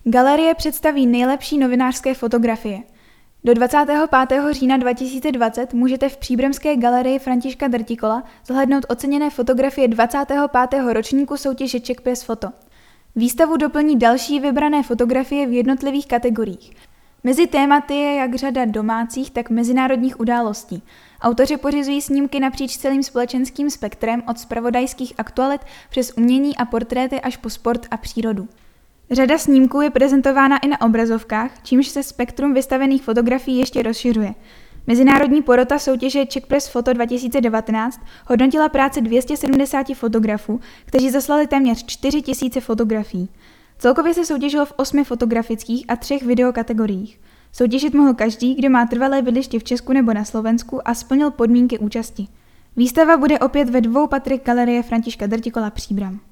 Galerie představí nejlepší novinářské fotografie. Do 25. října 2020 můžete v Příbramské galerii Františka Drtikola zhlédnout oceněné fotografie 25. ročníku soutěže Czech Press Photo. Výstavu doplní další vybrané fotografie v jednotlivých kategoriích. Mezi tématy je jak řada domácích, tak mezinárodních událostí. Autoři pořizují snímky napříč celým společenským spektrem od zpravodajských aktualit přes umění a portréty až po sport a přírodu. Řada snímků je prezentována i na obrazovkách, čímž se spektrum vystavených fotografií ještě rozšiřuje. Mezinárodní porota soutěže Czech Press Photo 2019 hodnotila práce 270 fotografů, kteří zaslali téměř 4 000 fotografií. Celkově se soutěžilo v 8 fotografických a 3 videokategoriích. Soutěžit mohl každý, kdo má trvalé bydliště v Česku nebo na Slovensku a splnil podmínky účasti. Výstava bude opět ve 2 patrech galerie Františka Drtikola Příbram.